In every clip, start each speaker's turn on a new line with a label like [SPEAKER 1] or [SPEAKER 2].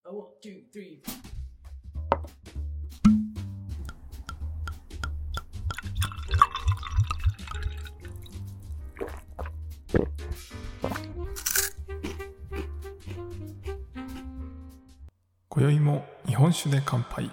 [SPEAKER 1] One, two, three.
[SPEAKER 2] 今宵も日本酒で乾杯。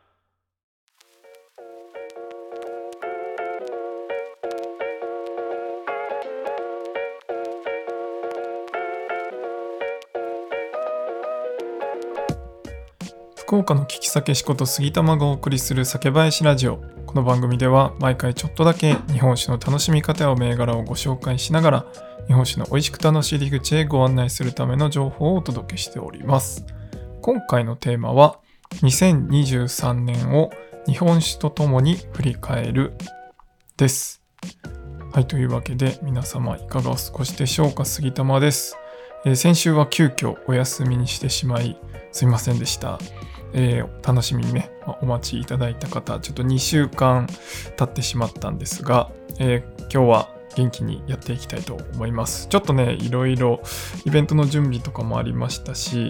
[SPEAKER 2] 福岡の聞き酒師こと杉玉がお送りする酒林ラジオ。この番組では毎回ちょっとだけ日本酒の楽しみ方や銘柄をご紹介しながら、日本酒の美味しく楽しい入り口へご案内するための情報をお届けしております。今回のテーマは2023年を日本酒とともに振り返るです。はい、というわけで皆様いかがお過ごしでしょうか。杉玉です。先週は急遽お休みにしてしまいすいませんでした。楽しみにね、お待ちいただいた方、ちょっと2週間経ってしまったんですが、今日は元気にやっていきたいと思います。ちょっとね、いろいろイベントの準備とかもありましたし、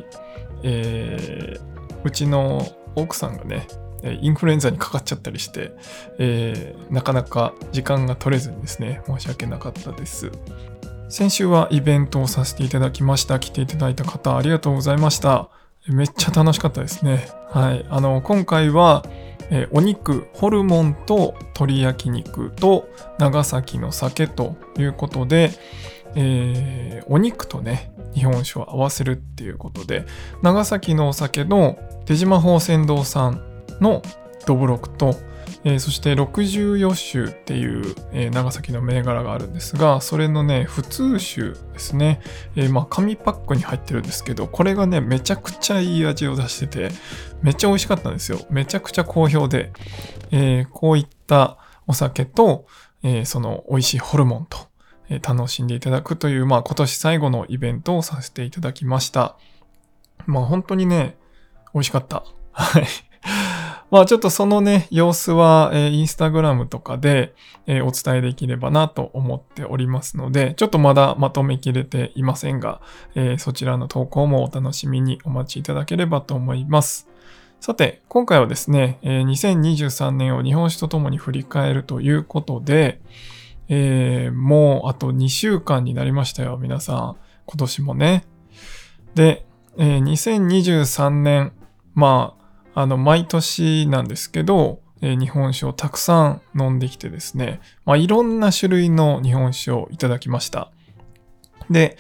[SPEAKER 2] うちの奥さんがね、インフルエンザにかかっちゃったりして、なかなか時間が取れずにですね、申し訳なかったです。先週はイベントをさせていただきました。来ていただいた方ありがとうございました。めっちゃ楽しかったですね。はい、今回は、お肉、ホルモンと鶏焼肉と長崎の酒ということで、お肉とね日本酒を合わせるっていうことで、長崎のお酒の出島宝泉堂さんのどぶろくと、そして64種っていう、長崎の銘柄があるんですが、それのね普通酒ですね、紙パックに入ってるんですけど、これがねめちゃくちゃいい味を出しててめっちゃ美味しかったんですよ。めちゃくちゃ好評で、こういったお酒と、その美味しいホルモンと楽しんでいただくという、今年最後のイベントをさせていただきました。本当にね美味しかった。はい。ちょっとそのね様子は、インスタグラムとかで、お伝えできればなと思っておりますので、ちょっとまだまとめきれていませんが、そちらの投稿もお楽しみにお待ちいただければと思います。さて、今回はですね、2023年を日本酒とともに振り返るということで、もうあと2週間になりましたよ、皆さん。今年もね。で、2023年、毎年なんですけど、日本酒をたくさん飲んできてですね、いろんな種類の日本酒をいただきました。で、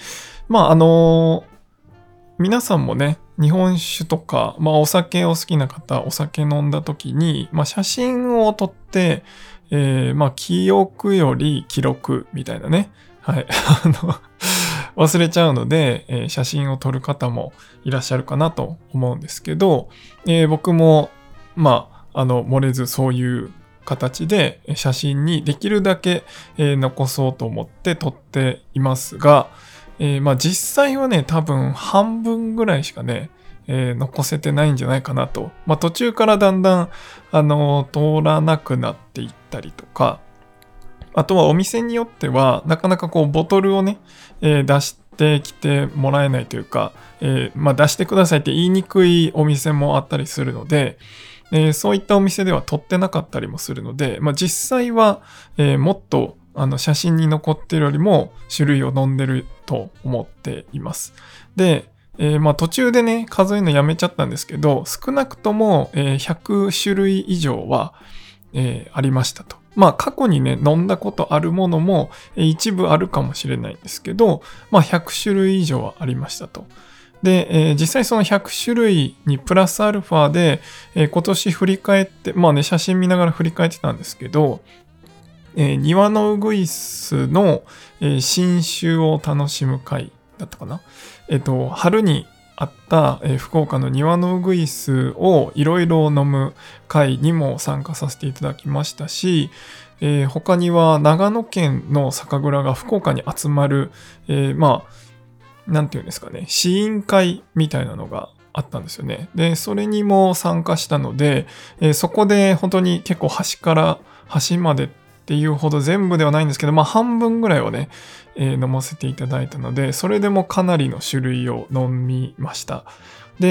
[SPEAKER 2] 皆さんもね、日本酒とか、お酒を好きな方、お酒飲んだ時に、写真を撮って、記憶より記録みたいなね、はい、忘れちゃうので、写真を撮る方もいらっしゃるかなと思うんですけど、僕も漏れずそういう形で写真にできるだけ、残そうと思って撮っていますが、実際はね多分半分ぐらいしかね、残せてないんじゃないかなと。途中からだんだん通らなくなっていったりとか、あとはお店によってはなかなかこうボトルをね、出してきてもらえないというか、出してくださいって言いにくいお店もあったりするので、そういったお店では取ってなかったりもするので、実際は、もっと写真に残ってるよりも種類を飲んでると思っています。で、途中でね数えるのやめちゃったんですけど、少なくとも、100種類以上は、ありましたと。過去にね飲んだことあるものも一部あるかもしれないんですけど、100種類以上はありましたと。で、実際その100種類にプラスアルファで、今年振り返って、写真見ながら振り返ってたんですけど、庭のウグイスの、新酒を楽しむ会だったかな。春にあった、福岡の庭のウグイスをいろいろ飲む会にも参加させていただきましたし、他には長野県の酒蔵が福岡に集まる、なんていうんですかね、試飲会みたいなのがあったんですよね。で、それにも参加したので、そこで本当に結構端から端までっていうほど全部ではないんですけど、半分ぐらいはね、飲ませていただいたので、それでもかなりの種類を飲みました。で、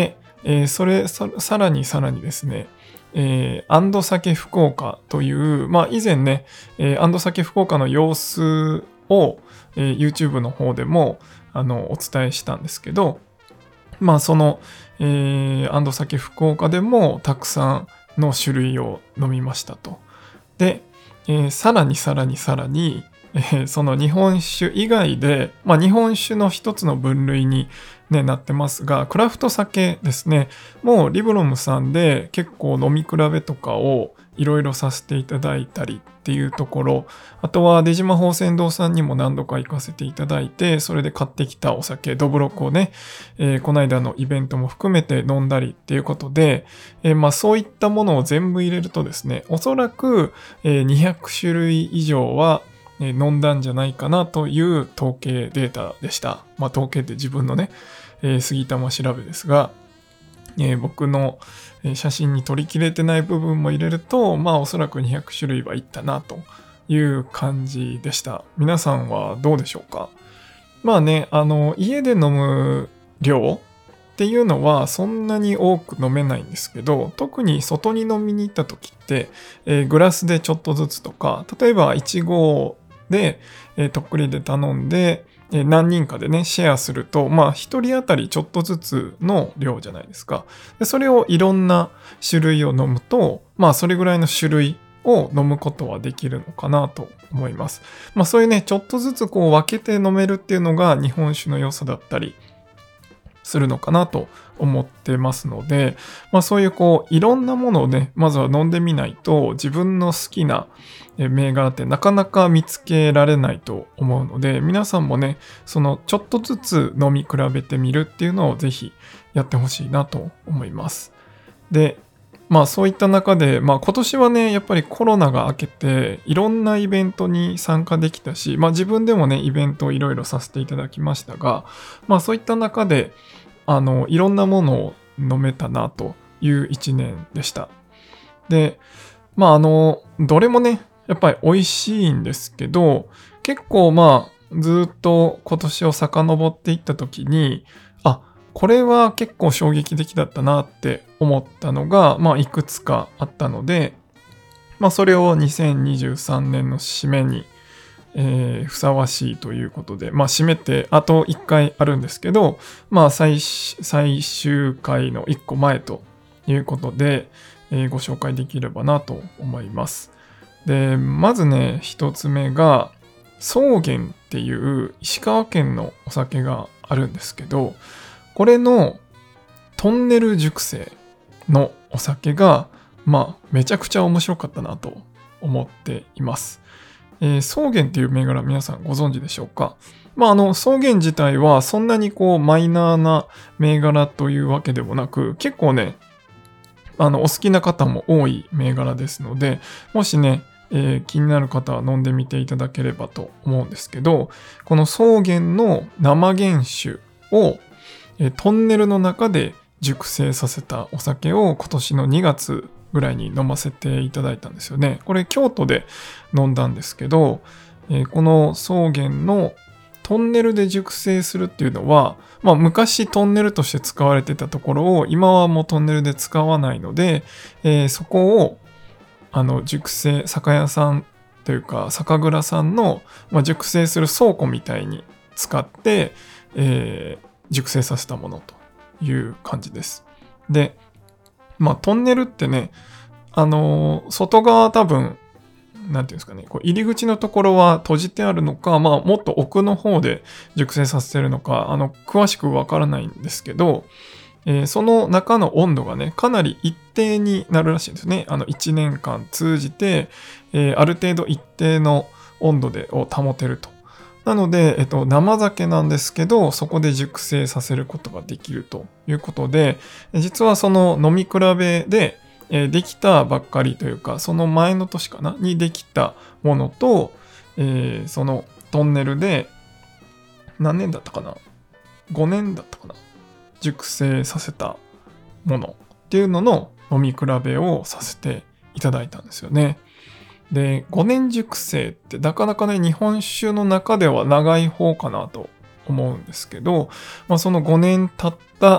[SPEAKER 2] さらにですね、アンドサケ福岡という、以前ね、アンドサケ福岡の様子を、YouTube の方でもお伝えしたんですけど、その、アンドサケ福岡でもたくさんの種類を飲みましたと。で、さらに、その日本酒以外で、日本酒の一つの分類に、なってますが、クラフト酒ですね。もうリブロムさんで結構飲み比べとかをいろいろさせていただいたりっていうところ、あとは出島宝泉堂さんにも何度か行かせていただいて、それで買ってきたお酒、どぶろくをね、この間のイベントも含めて飲んだりっていうことで、そういったものを全部入れるとですね、おそらく、200種類以上は飲んだんじゃないかなという統計データでした。統計って自分のね、杉玉調べですが、僕の写真に撮りきれてない部分も入れると、おそらく200種類はいったなという感じでした。皆さんはどうでしょうか？家で飲む量っていうのはそんなに多く飲めないんですけど、特に外に飲みに行った時って、グラスでちょっとずつとか、例えば1合で、とっくりで頼んで、何人かでね、シェアすると、一人当たりちょっとずつの量じゃないですか。でそれをいろんな種類を飲むと、それぐらいの種類を飲むことはできるのかなと思います。そういうね、ちょっとずつこう分けて飲めるっていうのが日本酒の良さだったりするのかなと思ってますので、そういうこういろんなものをね、まずは飲んでみないと自分の好きな銘柄ってなかなか見つけられないと思うので、皆さんもね、そのちょっとずつ飲み比べてみるっていうのをぜひやってほしいなと思います。で、そういった中で、今年はね、やっぱりコロナが明けて、いろんなイベントに参加できたし、自分でもね、イベントをいろいろさせていただきましたが、そういった中で、いろんなものを飲めたなという一年でした。で、どれもね、やっぱり美味しいんですけど、結構ずっと今年を遡っていった時に、これは結構衝撃的だったなって思ったのが、いくつかあったので、それを2023年の締めに、ふさわしいということで、締めてあと1回あるんですけど、最終回の1個前ということで、ご紹介できればなと思います。で、まずね、1つ目が、草原っていう石川県のお酒があるんですけど、これのトンネル熟成のお酒が、めちゃくちゃ面白かったなと思っています。草原っていう銘柄皆さんご存知でしょうか？草原自体はそんなにこうマイナーな銘柄というわけでもなく、結構ね、お好きな方も多い銘柄ですので、もしね、気になる方は飲んでみていただければと思うんですけど、この草原の生原酒をトンネルの中で熟成させたお酒を今年の2月ぐらいに飲ませていただいたんですよね。これ京都で飲んだんですけど、この草原のトンネルで熟成するっていうのは、昔トンネルとして使われてたところを今はもうトンネルで使わないので、そこを熟成、酒屋さんというか酒蔵さんの、熟成する倉庫みたいに使って、熟成させたものという感じです。で、トンネルってね、外側多分、なんていうんですかね、こう入り口のところは閉じてあるのか、もっと奥の方で熟成させてるのか、詳しくわからないんですけど、その中の温度がね、かなり一定になるらしいんですね。1年間通じて、ある程度一定の温度を保てると。なので、生酒なんですけど、そこで熟成させることができるということで、実はその飲み比べで、できたばっかりというか、その前の年かなにできたものと、そのトンネルで、何年だったかな ?5 年だったかな、熟成させたものっていうのの飲み比べをさせていただいたんですよね。で、5年熟成ってなかなかね、日本酒の中では長い方かなと思うんですけど、その5年経った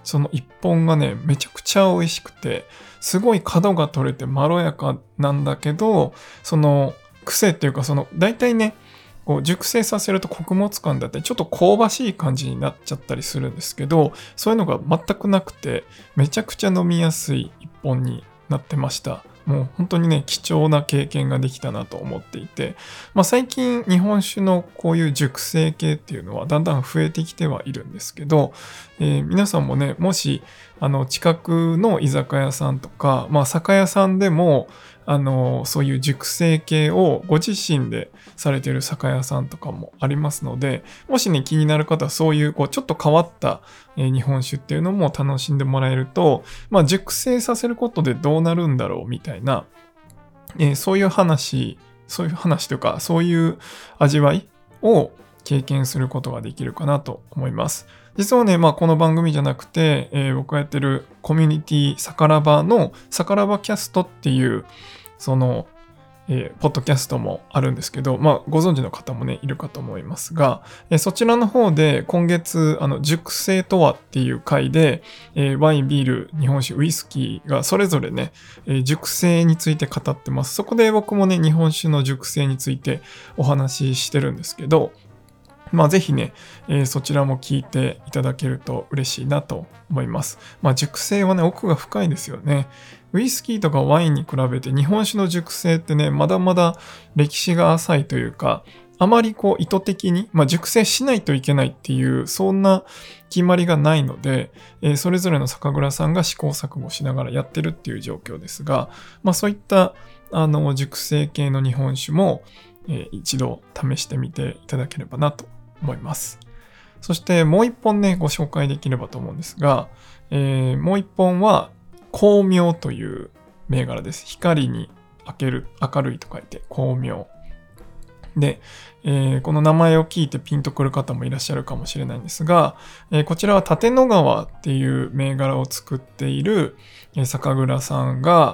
[SPEAKER 2] その一本がね、めちゃくちゃ美味しくて、すごい角が取れてまろやかなんだけど、その癖っていうか、大体ね、こう熟成させると穀物感だってちょっと香ばしい感じになっちゃったりするんですけど、そういうのが全くなくて、めちゃくちゃ飲みやすい一本になってました。もう本当にね、貴重な経験ができたなと思っていて、最近日本酒のこういう熟成系っていうのはだんだん増えてきてはいるんですけど、皆さんもね、もし近くの居酒屋さんとか、酒屋さんでもそういう熟成系をご自身でされている酒屋さんとかもありますので、もしね、気になる方はそういうちょっと変わった日本酒っていうのも楽しんでもらえると、熟成させることでどうなるんだろうみたいな、そういう話というか、そういう味わいを経験することができるかなと思います。実はね、この番組じゃなくて、僕がやってるコミュニティサカラバのサカラバキャストっていう、ポッドキャストもあるんですけど、ご存知の方もね、いるかと思いますが、そちらの方で今月、熟成とはっていう回で、ワイン、ビール、日本酒、ウイスキーがそれぞれね、熟成について語ってます。そこで僕もね、日本酒の熟成についてお話ししてるんですけど、ぜひね、そちらも聞いていただけると嬉しいなと思います。熟成はね、奥が深いですよね。ウイスキーとかワインに比べて日本酒の熟成ってね、まだまだ歴史が浅いというか、あまり意図的に、熟成しないといけないっていう、そんな決まりがないので、それぞれの酒蔵さんが試行錯誤しながらやってるっていう状況ですが、そういった熟成系の日本酒も、一度試してみていただければなと思います。そしてもう一本ね、ご紹介できればと思うんですが、もう一本は光明という銘柄です。光に明るいと書いて光明。で、この名前を聞いてピンとくる方もいらっしゃるかもしれないんですが、こちらは立野川っていう銘柄を作っている、酒蔵さんが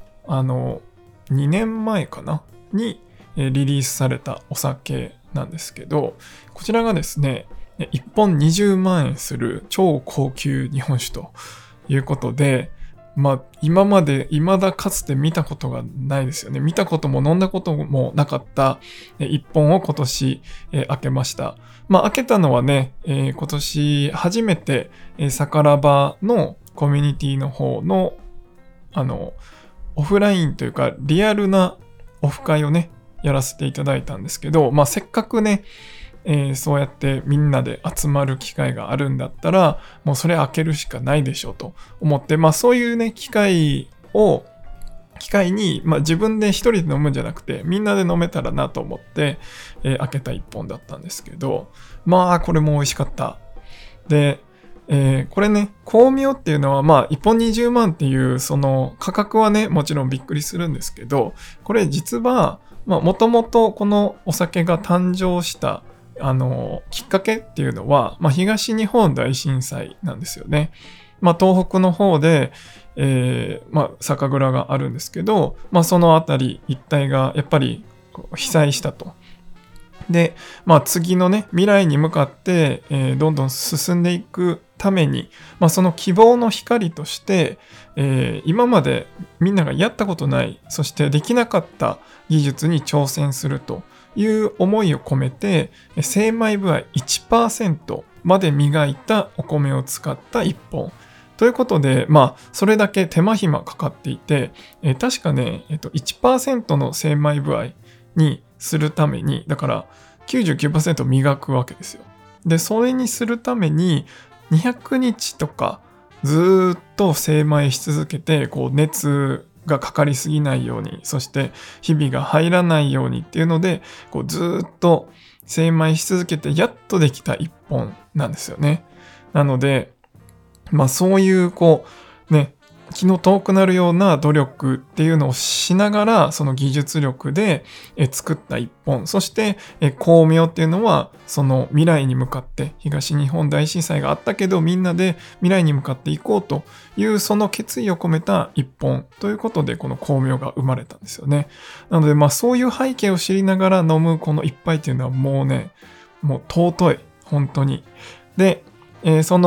[SPEAKER 2] 2年前かなにリリースされたお酒なんですけど、こちらがですね、1本20万円する超高級日本酒ということで、未だかつて見たことがないですよね。見たことも飲んだこともなかった1本を今年開けました。開けたのはね、今年初めてサカラバのコミュニティの方のオフラインというかリアルなオフ会をね、やらせていただいたんですけど、せっかくね、そうやってみんなで集まる機会があるんだったら、もうそれ開けるしかないでしょうと思って、そういうね、機会に、自分で一人で飲むんじゃなくて、みんなで飲めたらなと思って、開けた一本だったんですけど、これも美味しかった。で、これね、光明っていうのは、1本20万っていう、その価格はね、もちろんびっくりするんですけど、これ実は、もともとこのお酒が誕生したきっかけっていうのは、東日本大震災なんですよね。東北の方で、酒蔵があるんですけど、その辺り一帯がやっぱり被災したと。で、次のね、未来に向かって、どんどん進んでいくために、その希望の光として、今までみんながやったことない、そしてできなかった技術に挑戦するという思いを込めて、精米部合 1% まで磨いたお米を使った一本。ということで、それだけ手間暇かかっていて、確かね、1% の精米部合にするために、だから 99% 磨くわけですよ。で、それにするために200日とかずっと精米し続けて、熱がかかりすぎないように、そしてひびが入らないようにっていうので、ずっと精米し続けてやっとできた一本なんですよね。なので、そういう気の遠くなるような努力っていうのをしながら、その技術力で作った一本。そして光明っていうのは、その未来に向かって、東日本大震災があったけど、みんなで未来に向かっていこうという、その決意を込めた一本ということで、この光明が生まれたんですよね。なので、そういう背景を知りながら飲むこの一杯っていうのはもう尊い。本当に。で、その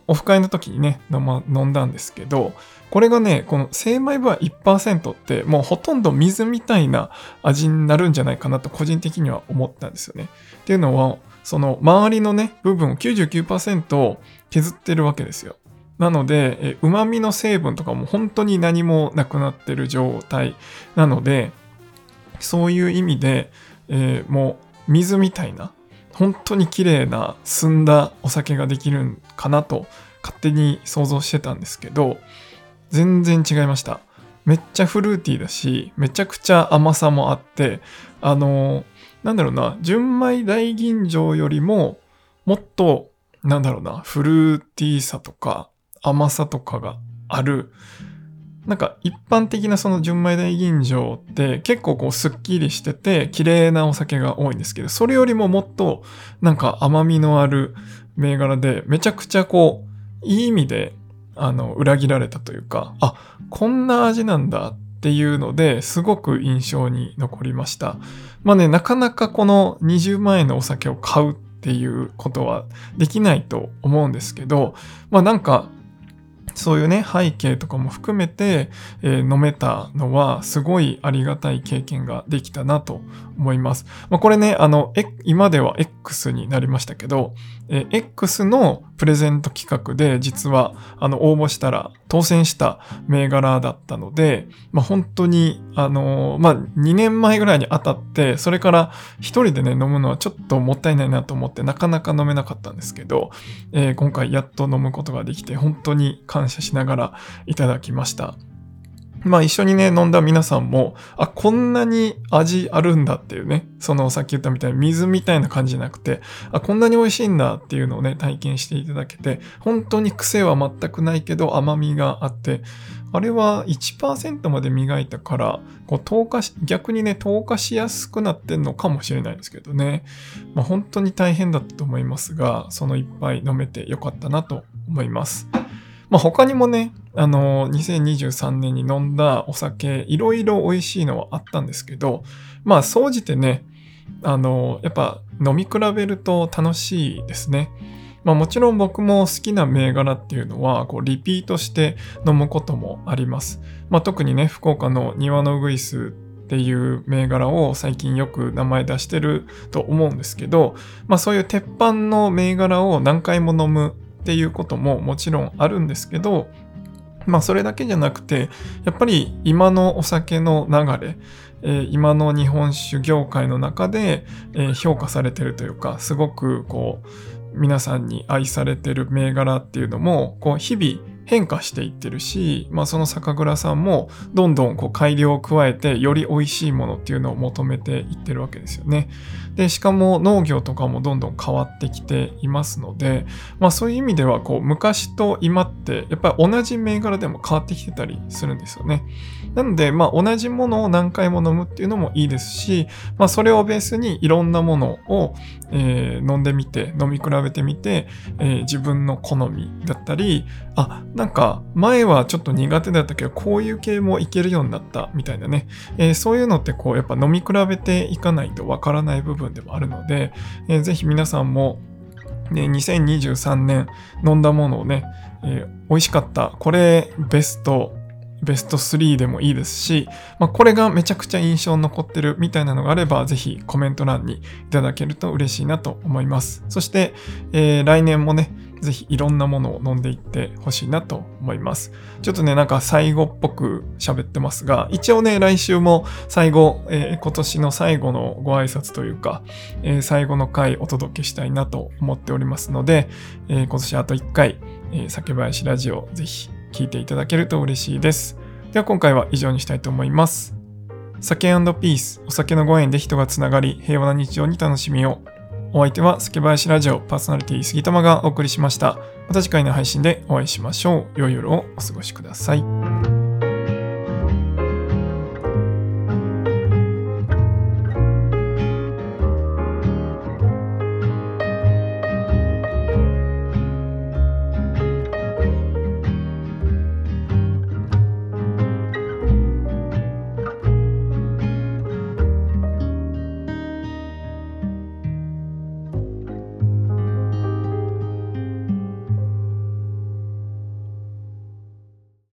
[SPEAKER 2] オフ会の時にね、飲んだんですけど、これがね、この精米部合 1% ってもうほとんど水みたいな味になるんじゃないかなと個人的には思ったんですよね。っていうのは、その周りのね、部分を 99% を削ってるわけですよ。なので、旨味の成分とかも本当に何もなくなってる状態なので、そういう意味で、もう水みたいな、本当に綺麗な澄んだお酒ができるんかなと勝手に想像してたんですけど、全然違いました。めっちゃフルーティーだし、めちゃくちゃ甘さもあって、なんだろうな、純米大吟醸よりももっと、なんだろうな、フルーティーさとか甘さとかがある。なんか一般的なその純米大吟醸って結構こうスッキリしてて綺麗なお酒が多いんですけど、それよりももっとなんか甘みのある銘柄で、めちゃくちゃこういい意味で裏切られたというか、あ、こんな味なんだっていうのですごく印象に残りました。まあね、なかなかこの20万円のお酒を買うっていうことはできないと思うんですけど、まあなんかそういうね、背景とかも含めて、飲めたのはすごいありがたい経験ができたなと思います。まあ、これね、今では X になりましたけど、X のプレゼント企画で実は応募したら当選した銘柄だったので、まあ、本当に2年前ぐらいに当たって、それから一人でね飲むのはちょっともったいないなと思ってなかなか飲めなかったんですけど、今回やっと飲むことができて本当に感謝しながらいただきました。まあ一緒にね飲んだ皆さんも、あ、こんなに味あるんだっていうね、そのさっき言ったみたいに水みたいな感じじゃなくて、あ、こんなに美味しいんだっていうのをね体験していただけて、本当に癖は全くないけど甘みがあって、あれは 1% まで磨いたからこう逆にね透過しやすくなってんのかもしれないですけどね。まあ本当に大変だったと思いますが、その一杯飲めてよかったなと思います。まあ、他にもね、2023年に飲んだお酒、いろいろ美味しいのはあったんですけど、まあ、総じてね、やっぱ飲み比べると楽しいですね。まあもちろん僕も好きな銘柄っていうのは、こうリピートして飲むこともあります。まあ特にね、福岡の庭のウグイスっていう銘柄を最近よく名前出してると思うんですけど、まあそういう鉄板の銘柄を何回も飲むっていうことももちろんあるんですけど、まあそれだけじゃなくて、やっぱり今のお酒の流れ、今の日本酒業界の中で、評価されてるというか、すごくこう皆さんに愛されてる銘柄っていうのもこう日々変化していってるし、まあ、その酒蔵さんもどんどんこう改良を加えてより美味しいものっていうのを求めていってるわけですよね。でしかも農業とかもどんどん変わってきていますので、まあ、そういう意味ではこう昔と今ってやっぱり同じ銘柄でも変わってきてたりするんですよね。なので、まあ、同じものを何回も飲むっていうのもいいですし、まあ、それをベースにいろんなものを、飲んでみて飲み比べてみて、自分の好みだったり、なんか前はちょっと苦手だったけどこういう系もいけるようになったみたいなね、そういうのってこうやっぱ飲み比べていかないとわからない部分でもあるので、ぜひ皆さんも、2023年飲んだものをね、美味しかった、これベスト3でもいいですし、まあ、これがめちゃくちゃ印象に残ってるみたいなのがあれば、ぜひコメント欄にいただけると嬉しいなと思います。そして、来年もね、ぜひいろんなものを飲んでいってほしいなと思います。ちょっとね、なんか最後っぽく喋ってますが、一応ね、来週も最後、今年の最後のご挨拶というか、最後の回お届けしたいなと思っておりますので、今年あと1回、酒林ラジオぜひ聞いていただけると嬉しいです。では今回は以上にしたいと思います。酒&ピース、お酒のご縁で人がつながり、平和な日常に楽しみを。お相手は酒林ラジオパーソナリティ杉玉がお送りしました。また次回の配信でお会いしましょう。良い夜をお過ごしください。